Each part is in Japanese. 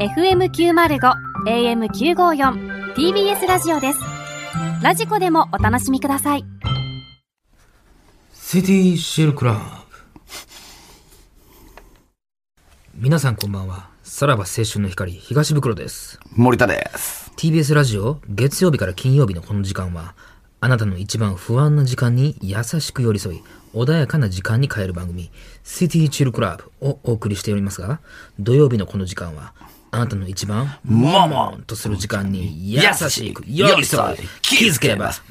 FM905 AM954 TBS ラジオです。ラジコでもお楽しみください。 シティシェルクラブ。皆さんこんばんは。さらば青春の光東袋です。 森田です。 TBS ラジオ月曜日から金曜日のこの時間は、あなたの一番不安な時間に優しく寄り添い、穏やかな時間に変える番組シティチルクラブをお送りしておりますが、土曜日のこの時間はあなたの一番モモンとする時間に優しく寄り添い、気づければ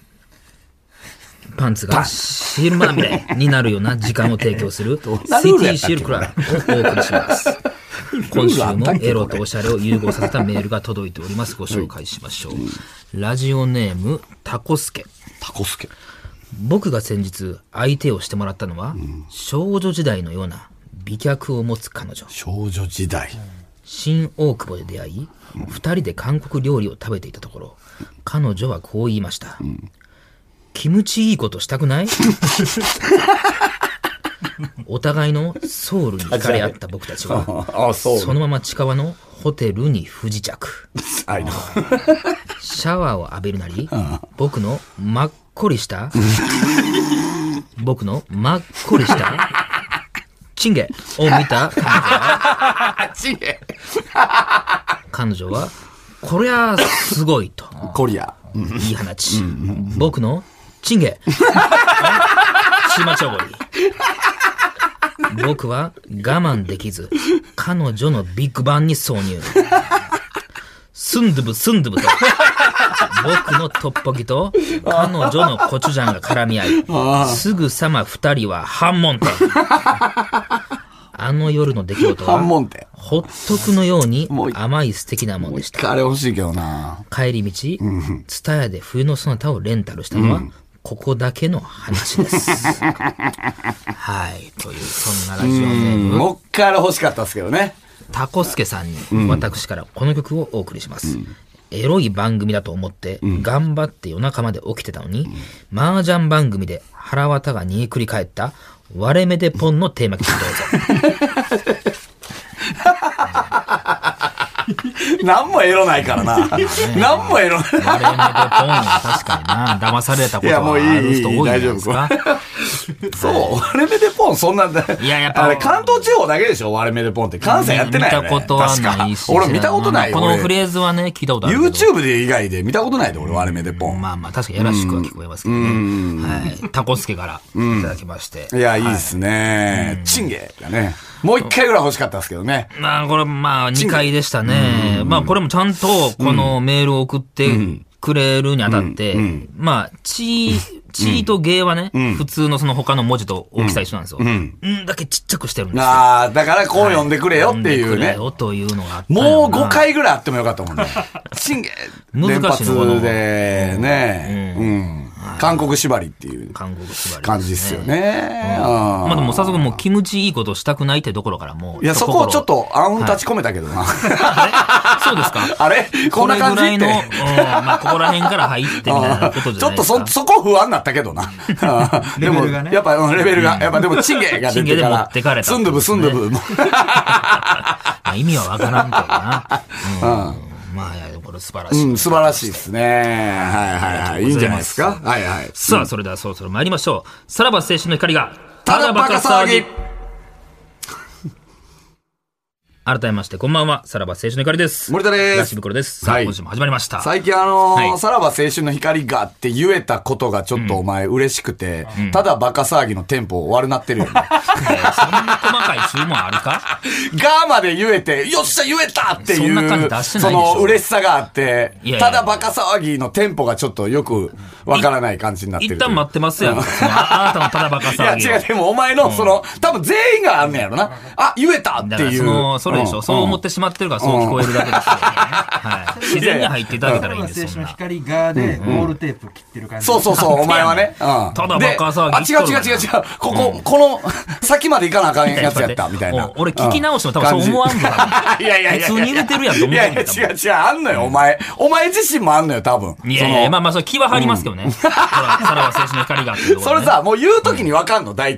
パンツが汁まみれになるような時間を提供するシティシルクラブをお送りします。今週もエロとおしゃれを融合させたメールが届いております。ご紹介しましょう。ラジオネームタコスケ。 タコスケ。 僕が先日相手をしてもらったのは、少女時代のような美脚を持つ彼女。 少女時代。 新大久保で出会い、二人で韓国料理を食べていたところ、彼女はこう言いました。キムチいいことしたくない？お互いのソウルに惹かれ合った僕たちはそのまま近場のホテルに不時着。シャワーを浴びるなり、僕の真っこりしたチンゲを見た彼女はこりゃすごいとコリア言い放ち、僕のチンゲチマチョゴリ。僕は我慢できず彼女のビッグバンに挿入。スンドゥブと僕のトッポギと彼女のコチュジャンが絡み合い、すぐさま二人は反問点。あの夜の出来事はほっとくのように甘い素敵なもんでした。 あれ欲しいけどな。 帰り道ツタヤで冬のそなたをレンタルしたのは、ここだけの話です。はい、というそんなラジオネーム。 もっから欲しかったですけどね。 タコスケさんに私からこの曲をお送りします。エロい番組だと思って頑張って夜中まで起きてたのに、麻雀番組で腹渡が煮えくり返った割れ目でポンのテーマ曲どうぞ。 何もエロないからな。何もエロない。 割れ目でポンは確かにな、騙されたことはある人多いじゃないですか。 そう、割れ目でポンそんなんだ。 いや、やっぱあれ関東地方だけでしょ、割れ目でポンって。関西やってないよね。 見たことはないし。 俺見たことないよ。 このフレーズはね、聞いたことあるけど。 YouTube で以外で見たことないで、俺割れ目でポン。 まあまあ、確かにやらしくは聞こえますけどね。はい。タコスケからいただきまして。 いや、いいですね。チンゲがね。もう一回ぐらい欲しかったですけどね。 まあ、これ、まあ、2回でしたね。まあ、これもちゃんと、このメールを送ってくれるにあたって、まあ、チーとゲーはね、普通のその他の文字と大きさ一緒なんですよ。だけちっちゃくしてるんですよ。 ああ、だからこう読んでくれよっていうね。 読んでくれよというのがあったもう5回ぐらいあってもよかったもんね。チンゲ難しいの連発でね。韓国縛りっていう感じですよね。 まあでも早速もうキムチいいことしたくないってところからもう。 いや、そこをちょっと暗雲立ち込めたけどな。 そうですか。 あれこんな感じって。 まあここら辺から入ってみたいなことじゃないですか。 ちょっとそこ不安になったけどな。でも、やっぱレベルが、やっぱでもチンゲが出てから。スンドゥブ。 意味はわからんけどな。まあ、これ素晴らしい。 素晴らしいですね。はい。いいんじゃないですか。はい。 さあ、それではそろそろ参りましょう。さらば青春の光が、ただバカ騒ぎ。改めまして、こんばんは。さらば青春の光です。 森田です。 東袋です。さあ、今週も始まりました。 最近さらば青春の光がって言えたことがちょっとお前嬉しくて、ただバカ騒ぎのテンポ終わるなってるよね。 そんな細かい注文あるか？ ガーまで言えて、よっしゃ言えたっていう、 そんな感じ出してないそでしょ。 の嬉しさがあって、ただバカ騒ぎのテンポがちょっとよくわからない感じになってる。 一旦待ってますやん。あなたのただバカ騒ぎ。 いや違う、でもお前の多分全員があんねやろな。あ、言えたっていう。 それでしょ。そう思ってしまってるからそう聞こえるだけですよね。はい。自然に入っていただけたらいいんですよ。 青春の光側でゴールテープ切ってる感じ。 そう、お前はね。 ただバカ騒ぎ。 違う。この先まで行かなあかんやつやったみたいな。 俺聞き直しても多分そう思わんのか。 いや。 普通に言うてるやんと思う。 いや、違う、あんのよ、お前自身もあんのよ、多分。 いや、まあ、それ気は張りますけどね。ほら、さらば青春の光がっていうところね。 それさ、もう言うときにわかんの、大体。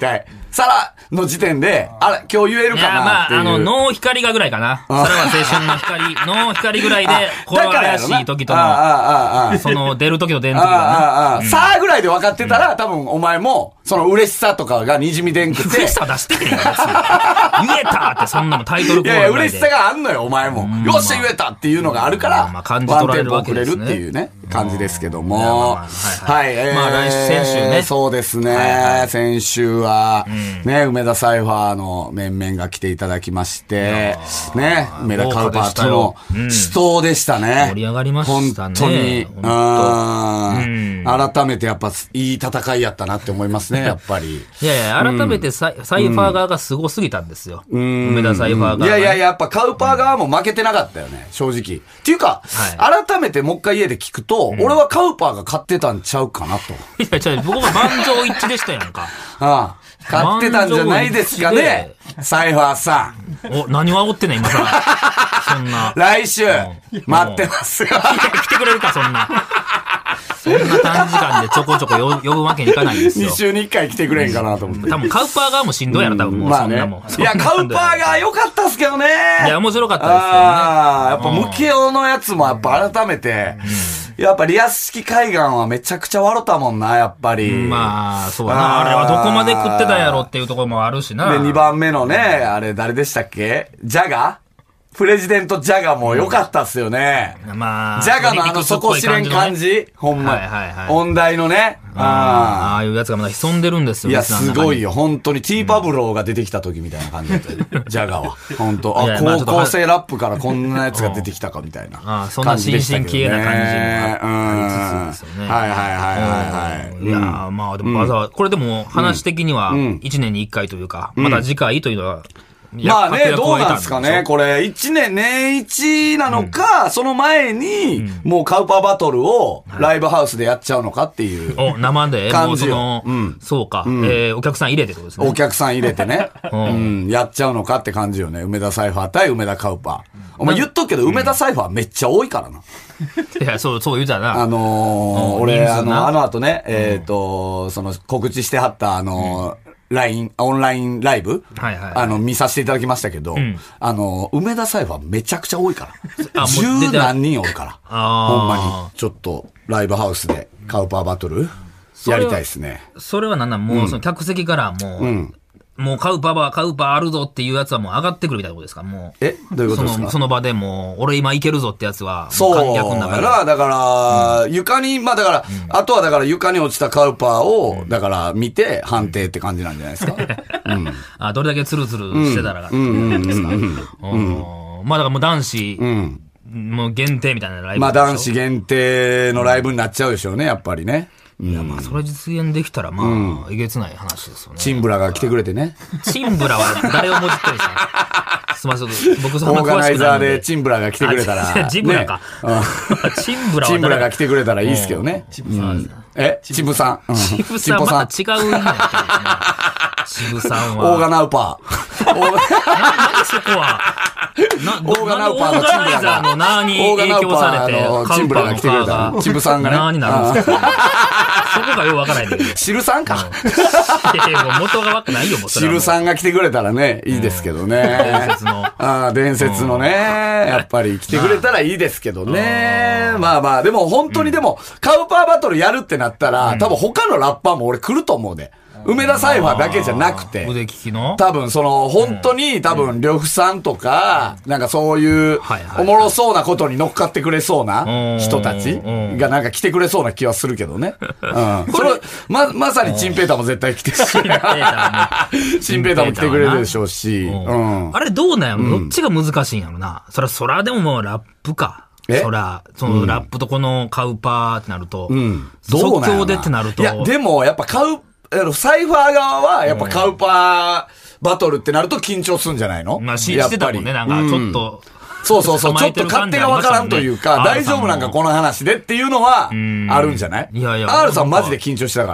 さらの時点で、あれ、今日言えるかなっていう。 ノー光がぐらいかな。さらば青春の光、ノー光ぐらいで、これは怪しい時との、その、出る時と出ん時がな。さあぐらいで分かってたら、多分お前も、その嬉しさとかが滲み出んくて。 嬉しさ出してへんよ、言えたって、そんなのタイトルコール。 いやいや、嬉しさがあんのよ、お前も。よっしゃ言えたっていうのがあるから、 感じ取られるわけですね。 ワンテンポくれるっていうね、感じですけども。はい。 先週ね。 そうですね。先週は、ね、梅田サイファーの面々が来ていただきまして、ね、梅田カウパーとの死闘でしたね。 盛り上がりましたね。 本当に。改めてやっぱいい戦いやったなって思いますね、やっぱり。 いやいや、改めてサイファー側がすごすぎたんですよ。梅田サイファー側。 いや、やっぱカウパー側も負けてなかったよね、正直。っていうか、改めてもう一回家で聞くと、俺はカウパーが勝ってたんちゃうかなと。 いや、僕が満場一致でしたやんか。 勝ってたんじゃないですかね、サイファーさん。何を煽ってんねん、今さら。そんな。 来週、待ってますよ。 来てくれるか、そんな。そんな短時間でちょこちょこ呼ぶわけにいかないんですよ。 2週に1回来てくれんかなと思って。 多分カウパー側もしんどいやろ、多分もうそんなもん。 いや、カウパー側良かったっすけどね。 いや、面白かったですけどね。 やっぱムケオのやつもやっぱ改めて、やっぱリアス式海岸はめちゃくちゃ笑ったもんな、やっぱり。 まあ、そうだな。あれはどこまで食ってたんやろっていうところもあるしな。 で、2番目のね、あれ誰でしたっけ？ジャガプレジデントジャガも良かったっすよね。 まあ、 ジャガの底知れん感じほんま。音大のね。 ああいうやつがまだ潜んでるんですよ。 いや、すごいよ。本当に T パブローが出てきた時みたいな感じだったよ。ジャガは。本当高校生ラップからこんなやつが出てきたかみたいな。 そんな新進気鋭な感じもありつつですよね。 はい。 いや、まあでもこれでも話的には1年に1回というか、また次回というのは、 まあね、どうなんですかね。これ、年一なのか、その前に、もうカウパーバトルをライブハウスでやっちゃうのかっていう。 生で、もうそうか、お客さん入れてってことですね。 お客さん入れてね。やっちゃうのかって感じよね。梅田サイファー対梅田カウパー。お前言っとくけど、梅田サイファーめっちゃ多いからな。 いや、そう言うたらな。 俺、あの後ね、その告知してはった、オンラインライブ見させていただきましたけど、梅田サイファーめちゃくちゃ多いから。10何人おるから。ほんまに。ちょっと、ライブハウスでカウパーバトルやりたいですね。 それはなんなんもう、その客席からもうカウパーあるぞっていうやつはもう上がってくるみたいなことですかもう。 どういうことですかその場でもう、俺今いけるぞってやつは、 観客の中で。だから、床に、まあだから、あとはだから床に落ちたカウパーを、だから見て判定って感じなんじゃないですか。 どれだけツルツルしてたらっていうですか。まあだからもう男子、もう限定みたいなライブ。 まあ男子限定のライブになっちゃうでしょうね、やっぱりね。 いや、まあ、それ実現できたら、まあ、えげつない話ですよね。 チンブラが来てくれてね。 チンブラは誰をもじってるんですかすみません、僕そんな詳しくないので。オーガナイザーでチンブラが来てくれたら。 チンブラか。チンブラは。 チンブラが来てくれたらいいですけどね。 チブさん。 チブさん。 チブさん、また違う意味だったチブさんは。 オーガナウパー。なんでそこは。 オーガナウパーのチンブラが。 の名に影響されて、 チンブラが来てくれた。チブさんがね。 名になるんですかそこがよくわからないんだけど。 シルさんか。 いや、もう元がわくないよ、もう。 シルさんが来てくれたらね、いいですけどね。 伝説の。 伝説のね、やっぱり来てくれたらいいですけどね。まあまあ、でも本当にでも、カウパーバトルやるってなったら、多分他のラッパーも俺来ると思うで。梅田サイファーだけじゃなくて、 腕利きの多分本当に多分、呂布さんとか、なんかそういう、おもろそうなことに乗っかってくれそうな人たちがなんか来てくれそうな気はするけどね。それ、まさにチンペーターも絶対来てるし。チンペーターも来てくれるでしょうし。 あれどうなんやろどっちが難しいんやろな。そらでももうラップか。そのラップとこのカウパーってなると、即興でってなると。 いや、でもやっぱサイファー側は、やっぱカウパーバトルってなると緊張すんじゃないの？ まあ、してたもんね、なんか、ちょっと。 そう。ちょっと勝手がわからんというか、大丈夫なんかこの話でっていうのは、あるんじゃない？ いや。 R さんマジで緊張してたからね。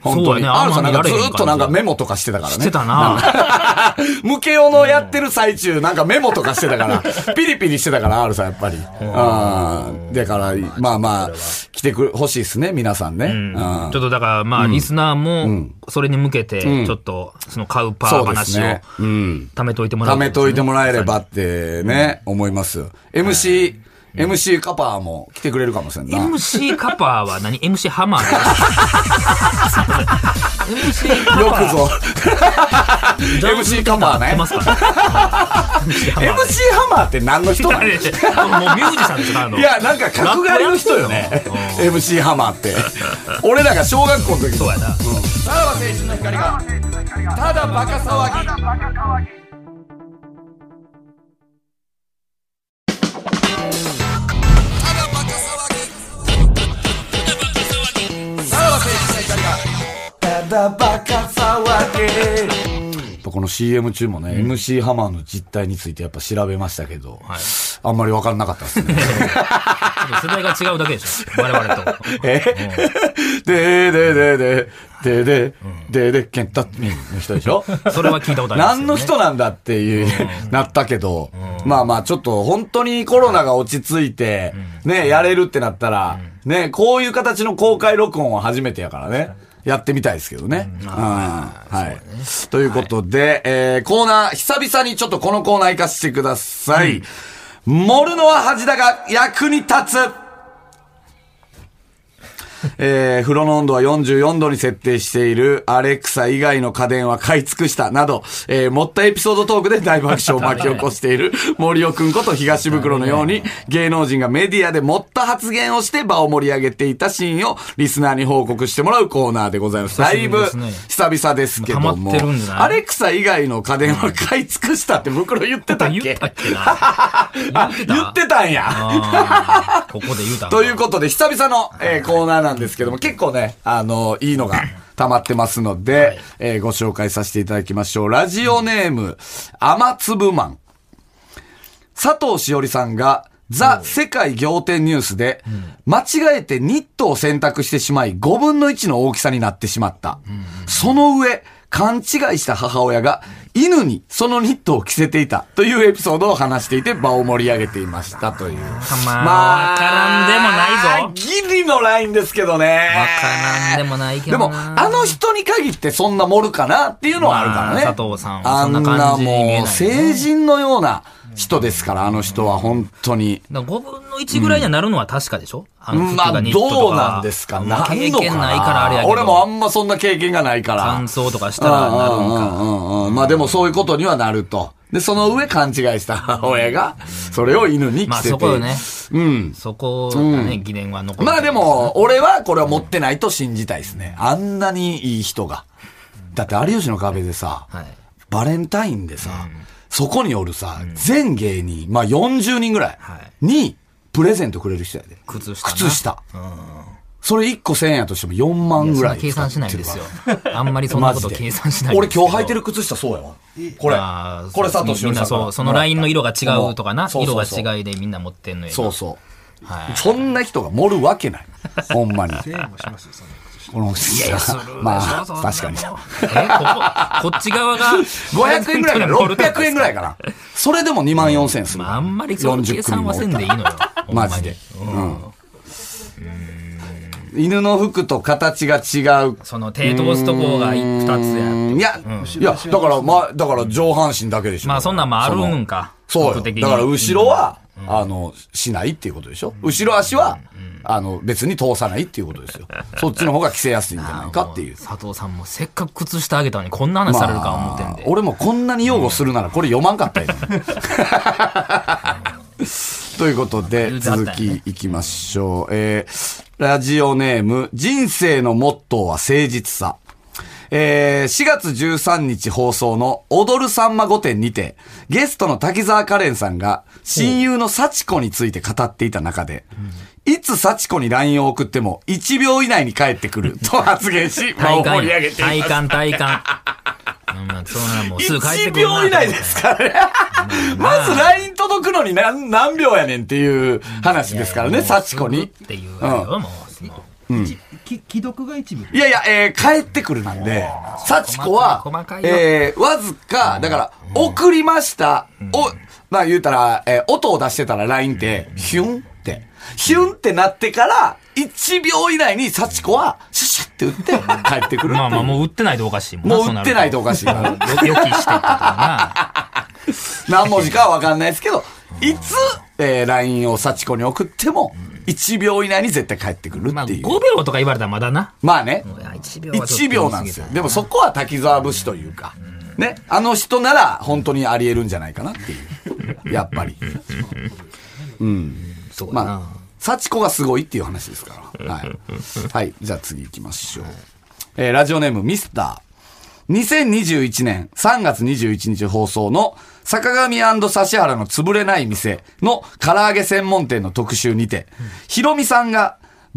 本当に。 あるさんなんかずっとなんかメモとかしてたからね。 してたな。 ムケオのやってる最中、なんかメモとかしてたから、ピリピリしてたから、るさんやっぱり。だから、まあまあ、来てほしいですね、皆さんね。 ちょっとだからまあ、リスナーも、それに向けて、ちょっと、その買うパー話を、貯めといてもらえれば。 貯めといてもらえればってね、思いますよ。MC カパーも来てくれるかもしれんな。 MC カパーは何？ MC ハマーMC カパー。 よくぞ。MC カパーね。 MC ハマーって何の人なの？もうミュージシャンですか？ いや、なんか角刈りの人よね。MC ハマーって。俺らが小学校の時。 そうやな。 さらば青春の光が、ただバカ騒ぎ。この CM 中もね、MC ハマーの実態についてやっぱ調べましたけど、あんまり分からなかったですね。 世代が違うだけでしょ、我々と。 ケンタッミンの人でしょ。 それは聞いたことありますよね。 何の人なんだっていう、なったけど、まあまあちょっと本当にコロナが落ち着いて、ね、やれるってなったら、ね、こういう形の公開録音は初めてやからね。やってみたいですけどね。はい。ということで、コーナー、久々にちょっとこのコーナー行かせてください。盛るのは恥だが役に立つ。風呂の温度は44度に設定しているアレクサ以外の家電は買い尽くしたなど、持ったエピソードトークで大爆笑を巻き起こしている森尾くんこと東袋のように芸能人がメディアで持った発言をして場を盛り上げていたシーンをリスナーに報告してもらうコーナーでございます。だいぶ久々ですけども、アレクサ以外の家電は買い尽くしたって袋言ってたっけ？ 言ってたんや。 ここで言うた。 ということで久々の、コーナーなんですけども、結構ね、いいのが溜まってますので、ご紹介させていただきましょう。ラジオネーム、雨粒マン。佐藤しおりさんが、ザ・世界仰天ニュースで、間違えてニットを選択してしまい、5分の1の大きさになってしまった。その上、勘違いした母親が、犬にそのニットを着せていたというエピソードを話していて場を盛り上げていましたという。 まあ、わからんでもないぞ。 ギリのラインですけどね。 わからんでもないけどな。 でも、あの人に限ってそんな盛るかなっていうのはあるからね。 佐藤さんはそんな感じに見えない、ね。 もう、成人のような人ですから、あの人は本当に。 5分の1ぐらいにはなるのは確かでしょ？ まあ、どうなんですか？ 経験ないからあれやけど。 俺もあんまそんな経験がないから。 乾燥とかしたらなるんか。 まあでもそういうことにはなると。で、その上勘違いした母親が、それを犬に着せて。 まあそこよね。そこがね、疑念は残る。 まあでも、俺はこれは持ってないと信じたいですね。あんなにいい人が。だって有吉の壁でさ、バレンタインでさ、そこにおるさ、全芸人、まあ40人ぐらいにプレゼントくれる人やで。 靴下。それ1個1000円やとしても4万ぐらい。 計算しないんですよ。あんまりそんなこと計算しない。 俺今日履いてる靴下そうやわ。これ佐藤しおりさん。 そう、そのラインの色が違うとかな。色が違いでみんな持ってんのよ。 そうそう。そんな人が盛るわけない。ほんまに。 1000円もしますよ、その。 このまあ、確かに。 こっち側が 500円ぐらいから600円ぐらいかな。それでも24000円する。 あんまりその計算はせんでいいのよ。 マジで。犬の服と形が違う。 その手通すとこが2つや。いや、だから上半身だけでしょ。 まあそんなんもあるんか。 そうよ。だから後ろは、しないっていうことでしょ。後ろ足は、別に通さないっていうことですよ。そっちの方が着せやすいんじゃないかっていう。 佐藤さんもせっかく靴下あげたのにこんな話されるか思ってんで。 俺もこんなに擁護するならこれ読まんかったよ。ということで、続きいきましょう。ラジオネーム、人生のモットーは誠実さ。4月13日放送の踊るさんま御殿にて、ゲストの滝沢カレンさんが親友の幸子について語っていた中で、いつ幸子に LINE を送っても1秒以内に帰ってくると発言し、場を盛り上げています。 体感。 1秒以内ですからね。まず LINE 届くのに何秒やねんっていう話ですからね、幸子に。 っていう。 既読が一部。 いやいや、帰ってくるなんで、幸子は、わずか、だから、送りました。まあ言うたら、音を出してたら LINE って、ヒュンってなってから、1秒以内に幸子は、シュシュって打って帰ってくる。 まあまあ、もう打ってないとおかしいもんな。もう打ってないとおかしいから。 予期してったな。 何文字かはわかんないですけど、いつ、LINE を幸子に送っても、1秒以内に絶対帰ってくるっていう。 まあ、5秒とか言われたらまだな。 まあね。 1 秒なんですよ。でもそこは滝沢節というか、ね。あの人なら本当にあり得るんじゃないかなっていう。やっぱり。うん。 そうだな。 まあ、幸子がすごいっていう話ですから。はい。はい。じゃあ次行きましょう。ラジオネームミスター。2021年3月21日放送の坂上&指原の潰れない店の唐揚げ専門店の特集にて、ひろみさんが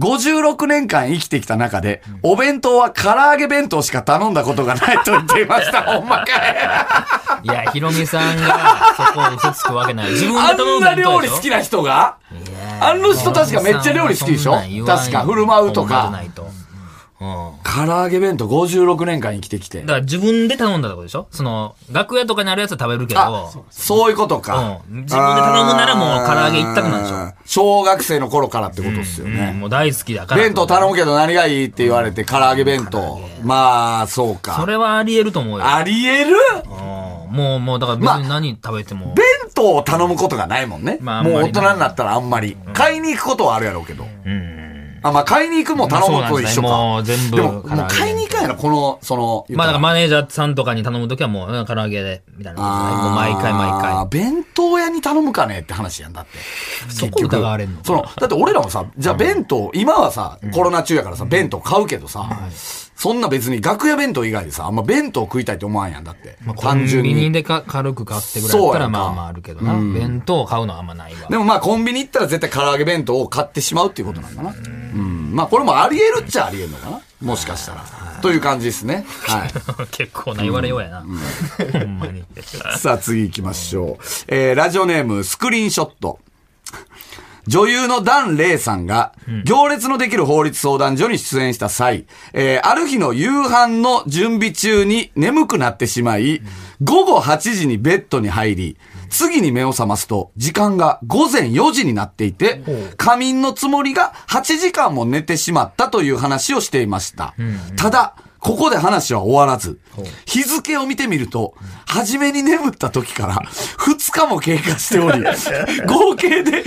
56年間生きてきた中で、お弁当は唐揚げ弁当しか頼んだことがないと言っていました。ほんまかい。 いや、ひろみさんがそこを嘘つくわけない。自分で頼む弁当でしょ。 あんな料理好きな人があの人確かめっちゃ料理好きでしょ。確か振る舞うとか。唐揚げ弁当56年間生きてきて。 だから自分で頼んだとこでしょ。その、楽屋とかにあるやつは食べるけど。 そういうことか。 自分で頼むならもう唐揚げ一択なんでしょ。 小学生の頃からってことですよね。 もう大好きだから。 弁当頼むけど何がいいって言われて唐揚げ弁当。まあ、そうか。 それはあり得ると思うよ。 あり得る？ もうだから別に何食べても。 弁当を頼むことがないもんね。もう大人になったらあんまり。買いに行くことはあるやろうけど。まあ買いに行くも頼むと一緒か。 もう全部。 でも買いに行かんやろ、 まあだからマネージャーさんとかに頼むときはもう唐揚げで、みたいな。もう毎回。 弁当屋に頼むかねって話やんだって。 そこ疑われんの？ だって俺らもさ、じゃあ弁当、今はさ、コロナ中やからさ、弁当買うけどさ、そんな別に楽屋弁当以外でさ、あんま弁当食いたいって思わんやんだって。 単純に。コンビニで軽く買ってぐらいだったらまあまああるけどな。弁当を買うのはあんまないわ。 でもまあコンビニ行ったら絶対唐揚げ弁当を買ってしまうっていうことなんだな。まあこれもあり得るっちゃあり得るのかな。もしかしたら。という感じですね。はい。 結構な言われようやな。ほんまに。 さあ次行きましょう。ラジオネームスクリーンショット。女優のダン・レイさんが、行列のできる法律相談所に出演した際、ある日の夕飯の準備中に眠くなってしまい、午後8時にベッドに入り、次に目を覚ますと、時間が午前4時になっていて、仮眠のつもりが8時間も寝てしまったという話をしていました。ただ、ここで話は終わらず、日付を見てみると、初めに眠った時から2日も経過しており、合計で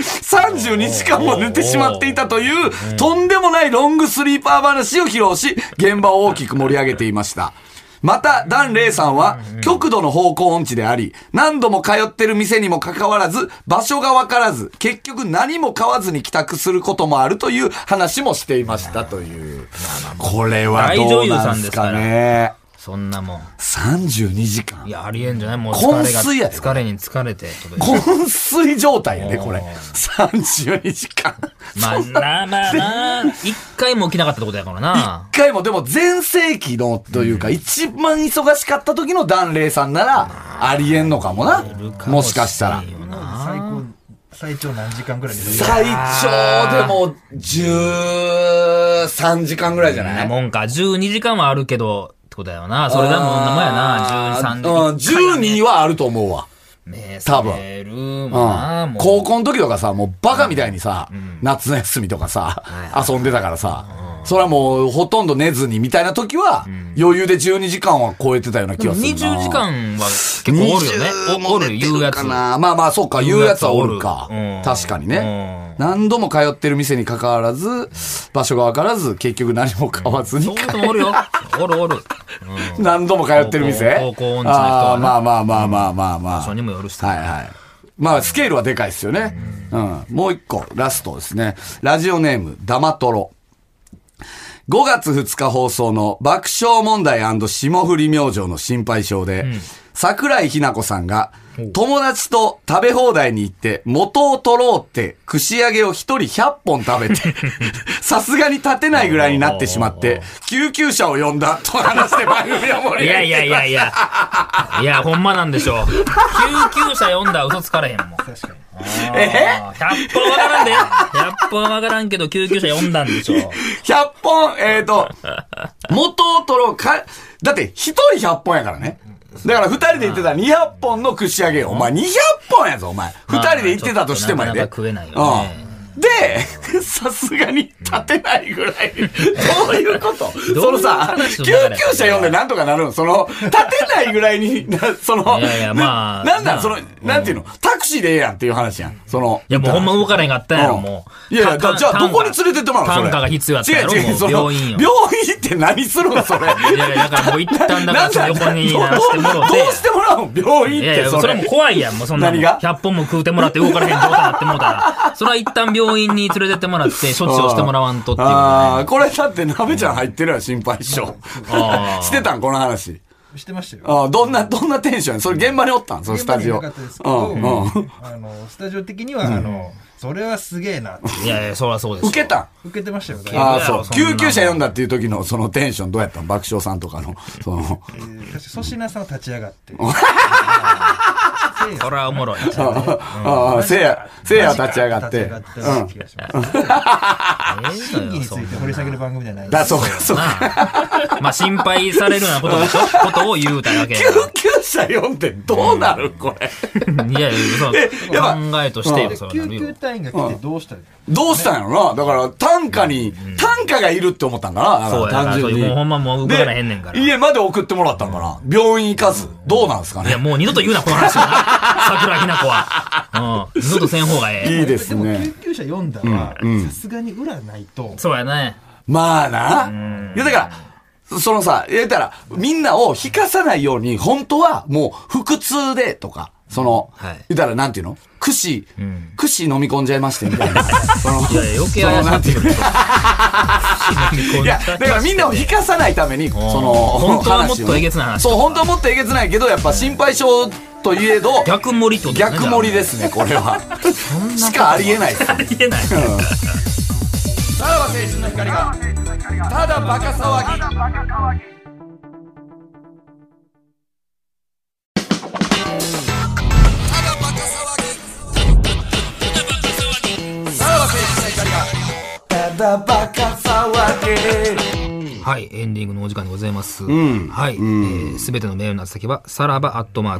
32時間も寝てしまっていたという、とんでもないロングスリーパー話を披露し、現場を大きく盛り上げていました。また、ダン・レイさんは、極度の方向音痴であり、何度も通ってる店にもかかわらず、場所がわからず、結局何も買わずに帰宅することもあるという話もしていましたという。これはどうなんですかね。 そんなもん。 32時間。 いや、ありえんじゃないもう昏睡やで。 疲れに疲れて。 昏睡状態やね、これ。32時間。 まあ一回も起きなかったってことやからな。 一回も、でも前世紀のというか、一番忙しかった時のダン・レイさんなら、ありえんのかもな。もしかしたら。 最長何時間ぐらいですか？最長でも13時間ぐらいじゃない？ もんか。12時間はあるけど、ってことだよな。それだもんなもんやな。13時間。 12はあると思うわ。多分。高校の時とかさ、もうバカみたいにさ、夏の休みとかさ、遊んでたからさ、それはもうほとんど寝ずにみたいな時は、余裕で12時間は超えてたような気がするな。 20時間は結構おるよね。おる、言うやつ。 まあまあ、そうか、言うやつはおるか。確かにね。何度も通ってる店に関わらず、場所がわからず、結局何も買わずに。 そういう人もおるよ。おる。 何度も通ってる店？ 高校音痴な人は。 まあ。 場所にもよるし。 はいはい。まあ、スケールはでかいですよね。もう一個、ラストですね。ラジオネーム、ダマトロ。5月2日放送の爆笑問題霜降り明星の心配性で、 桜井日奈子さんが、友達と食べ放題に行って、元を取ろうって、串揚げを一人100本食べて、さすがに立てないぐらいになってしまって、救急車を呼んだと話して番組を盛り上げて。 いや、ほんまなんでしょう。救急車呼んだら嘘つかれへんもん。確かに。100本わからんで。100本わからんけど、救急車呼んだんでしょ。 100本、元を取ろうか、だって一人100本やからね。だから二人で行ってたら200本の串揚げよ。お前200本やぞ、お前。二人で行ってたとしてもやで。 なかなか食えないよね。 で、さすがに立てないぐらい。どういうことそのさ、救急車呼んでなんとかなるのその、立てないぐらいに、その、なんだ、その、なんていうのタクシーでええやんっていう話やん。その。 いや、もうほんま動かれへんかったんやろ、もう。 いや、じゃあどこに連れてってもらうのそれ。 単価が必要やったやろ、もう病院よ。 病院って何するのそれ。 いや、だからもう一旦だから横になしてもらって。 どうしてもらうの病院ってそれも怖いやん、もうそんな。何が ?100 本も食うてもらって動かれへん状態になってもうたら。それは一旦病院に連れてってもらって、処置をしてもらわんとっていう、ね。 これだって鍋ちゃん入ってるやん、心配性。してたんこの話。 してましたよ。 どんなテンションそれ現場におったんそのスタジオ。 現場にいなかったですけど、スタジオ的には、それはすげえなって。 いやいや、そりゃそうです。 受けた受けてましたよね。 そう。救急車呼んだっていう時のそのテンションどうやったん爆笑さんとかの。その。 確か粗品さん立ち上がって。 それはおもろい。 せいや立ち上がって。 真偽について掘り下げる番組じゃない。 そうか。 まあ心配されるようなことを言うたわけ。 救急車呼んでどうなるこれ。 いやいや、考えとしてよ、 救急隊員が来てどうしたのどうしたんやろなだから単価がいるって思ったんかなそうやな。単純に。もうほんまもう動かれへんねんから。 家まで送ってもらったんかな病院行かず。どうなんすかねいや、もう二度と言うな、この話はな。桜日奈子は。二度とせん方がええ。いいですね。 でも救急車読んだら、さすがに裏ないと。 そうやね。 まあな。いやだから、そのさ、言ったら、みんなを引かさないように、本当はもう腹痛でとか、その、言ったらなんていうの串飲み込んじゃいましてみたいな。 いやいや、余計怪しい。 いや、だからみんなを引かさないために、その、 本当はもっとえげつない話。 そう、本当はもっとえげつないけど、やっぱ心配性といえど、 逆盛りってことね。 逆盛りですね、これは。しかありえないです。 ありえない。 さらば青春の光が、ただバカ騒ぎ。 はい、エンディングのお時間でございます。はい、すべてのメールの先は、さらば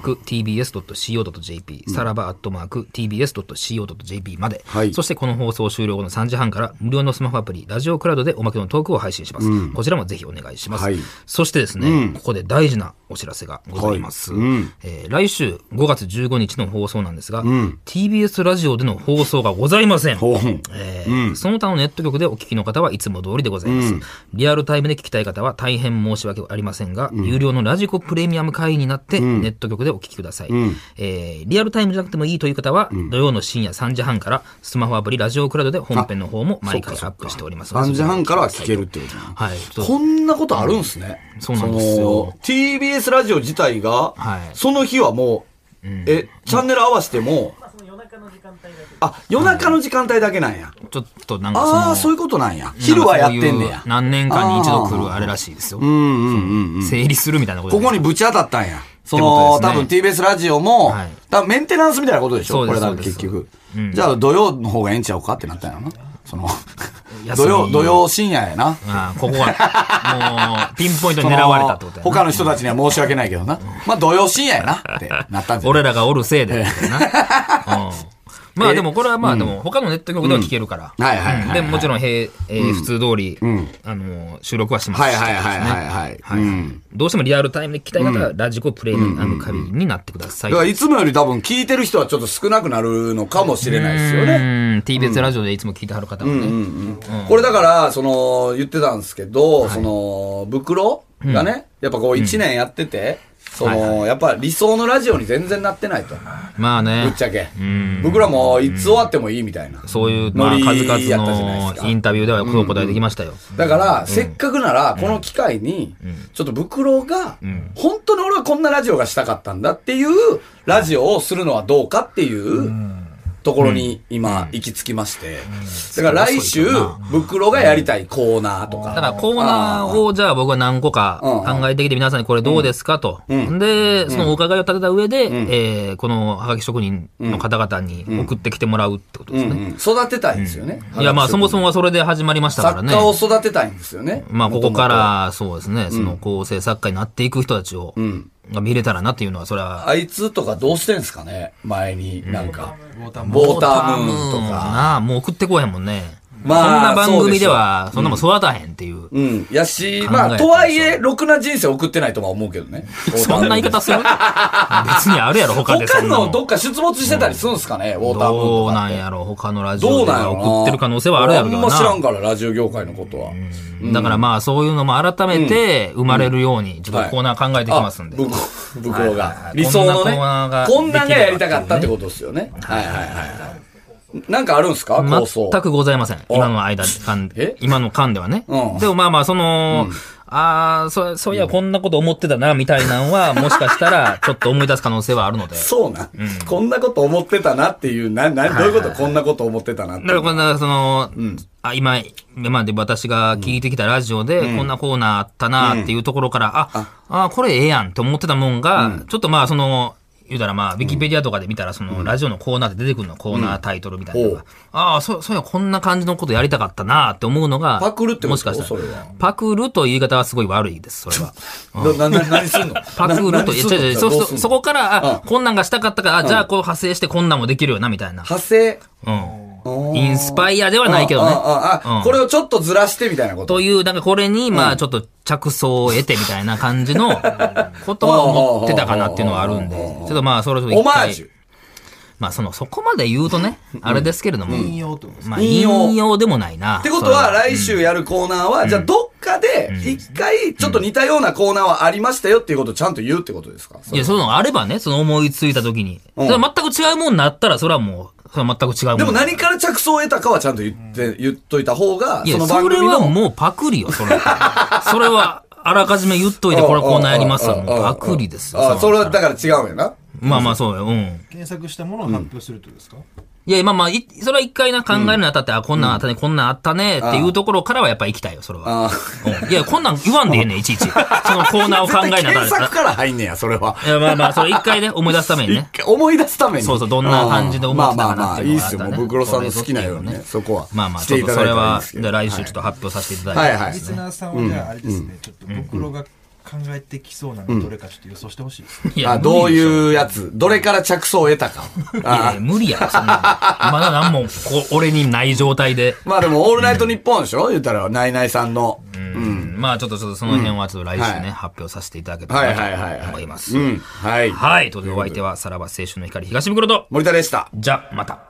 @tbs.co.jp、さらば@tbs.co.jp まで、そしてこの放送終了後の3時半から、無料のスマホアプリ、ラジオクラウドでおまけのトークを配信します。こちらもぜひお願いします。そしてですね、ここで大事なお知らせがございます。来週5月15日の放送なんですが、TBS ラジオでの放送がございません。その他のネット局でお聞きの方はいつも通りでございます。リアルタイムで聞きたい方は大変申し訳ありませんが、有料のラジコプレミアム会員になってネット局でお聞きください。リアルタイムじゃなくてもいいという方は、土曜の深夜3時半からスマホアプリラジオクラウドで本編の方も毎回アップしております。 3時半からは聞けるってことね。はい。こんなことあるんすね。 そうなんですよ。 TBS ラジオ自体が、その日はもう、チャンネル合わせても、夜中の時間帯だけなんや。 ちょっとなんかそういうことなんや。昼はやってんねや。 何年間に一度来るあれらしいですよ。整理するみたいなこと。 ここにぶち当たったんや。その、多分 TBS ラジオも、多分メンテナンスみたいなことでしょこれだ結局。じゃあ土曜の方がええんちゃうかってなったんやろな。その、土曜深夜やな。 ここは、もう、ピンポイントに狙われたってことやな。 他の人たちには申し訳ないけどな。まあ土曜深夜やなってなったんですよ。 俺らがおるせいで。まあでもこれはまあでも他のネット局では聞けるから。でももちろん普通通り、収録はしますし。どうしてもリアルタイムで聞きたい方はラジコプレミアム会員になってください。 だからいつもより多分聞いてる人はちょっと少なくなるのかもしれないですよね。 TBS ラジオでいつも聞いてはる方はね。 これだから、その、言ってたんですけど、その、袋がね、やっぱこう1年やってて、 やっぱ理想のラジオに全然なってないと。 まあね。 ぶっちゃけ。僕らもいつ終わってもいいみたいな。 そういう、まあ数々のインタビューではそう答えてきましたよ。 だから、せっかくなら、この機会に、ちょっとブクロが、本当に俺はこんなラジオがしたかったんだっていうラジオをするのはどうかっていう、ところに今行き着きまして。だから来週、ブクロがやりたいコーナーとか。 だからコーナーをじゃあ僕は何個か考えてきて皆さんにこれどうですかと。で、そのお伺いを立てた上で、このハガキ職人の方々に送ってきてもらうってことですね。 育てたいんですよね。 いやまあそもそもはそれで始まりましたからね。 作家を育てたいんですよね。 まあここからそうですね、その構成作家になっていく人たちを。が見れたらなっていうのは、それは。 あいつとかどうしてんすかね前に、なんか。ウォータームーンとか。 なあ、もう送ってこへんもんね。まあ、そんな番組では、そんなもん育たへんっていう。 やし、まあ、とはいえ、ろくな人生送ってないとは思うけどね。 そんな言い方する別にあるやろ、他で。 他のどっか出没してたりするんすかね、ウォータームーンとか。 どうなんやろ、他のラジオで送ってる可能性はあるやろけどな。 あんま知らんから、ラジオ業界のことは。 だからまあ、そういうのも改めて生まれるように、ちょっとコーナー考えてきますんで。 ブクロが。理想のね。こんなんがやりたかったってことですよね。はいはいはい。なんかあるんすか構想。 全くございません。今の間ではね。でもまあまあ、そういや、こんなこと思ってたな、みたいなのは、もしかしたら、ちょっと思い出す可能性はあるので。 そうなん。こんなこと思ってたなっていう、どういうことこんなこと思ってたなって。 だから、今で私が聞いてきたラジオで、こんなコーナーあったなっていうところから、これええやんって思ってたもんが、ちょっとまあ、言うたらまあ、ウィキペディアとかで見たら、ラジオのコーナーで出てくるの、コーナータイトルみたいなのが。そうや、こんな感じのことやりたかったなって思うのが、 パクるってこともしかしたら。パクるという言い方はすごい悪いです、それは。 何すんのパクると、そこから、こんなんがしたかったから、じゃあこう派生してこんなんもできるよな、みたいな。 派生インスパイアではないけどね。 これをちょっとずらしてみたいなこと。 という、なんかこれに、まあちょっと着想を得てみたいな感じのことは思ってたかなっていうのはあるんで、ちょっとまあそれとオマージュ。 まあそこまで言うとね、あれですけれども。 引用ってことですか。まあ引用でもないな。 ってことは来週やるコーナーは、じゃあどっかで一回ちょっと似たようなコーナーはありましたよっていうことをちゃんと言うってことですか？ いや、そういうのがあればね、思いついた時に。全く違うもんになったら、それはもう、それは全く違うもん。 でも何から着想を得たかはちゃんと言っといた方が、 その番組の。それはもうパクリよ、それは、あらかじめ言っといて、これコーナーやりますわ。もうパクリですよ。 それはだから違うんやな。 まあまあそうよ、 検索したものを発表するってことですか？ いや、まあまあ、それは一回考えるにあたって、こんなんあったね、こんなんあったね、っていうところからはやっぱ行きたいよ、それは。いや、こんなん言わんでええねん、いちいち。そのコーナーを考えなあたって。 検索から入んねや、それは。 いや、まあまあ、それ一回ね、思い出すためにね。 思い出すために。 そうそう、どんな感じで思ってたかなっていうのがあったね。 まあまあまあ、いいっすよ、もう、ブクロさんの好きなようにね、そこは。 まあまあ、ちょっとそれは、じゃあ来週ちょっと発表させていただいて。 リスナーさんはじゃああれですね、ちょっとブクロが考えてきそうなのどれかちょっと予想してほしいですね。 いや、 どういうやつ、どれから着想を得たか。 いや、無理やろ、そんなの。まだ何も、俺にない状態で。 まあでも、オールナイトニッポンでしょ言ったら、ナイナイさんの。 まあちょっとその辺はちょっと来週ね、発表させていただけたらと思います。 はい。 はい。ということでお相手は、さらば青春の光東袋と、 森田でした。 じゃ、また。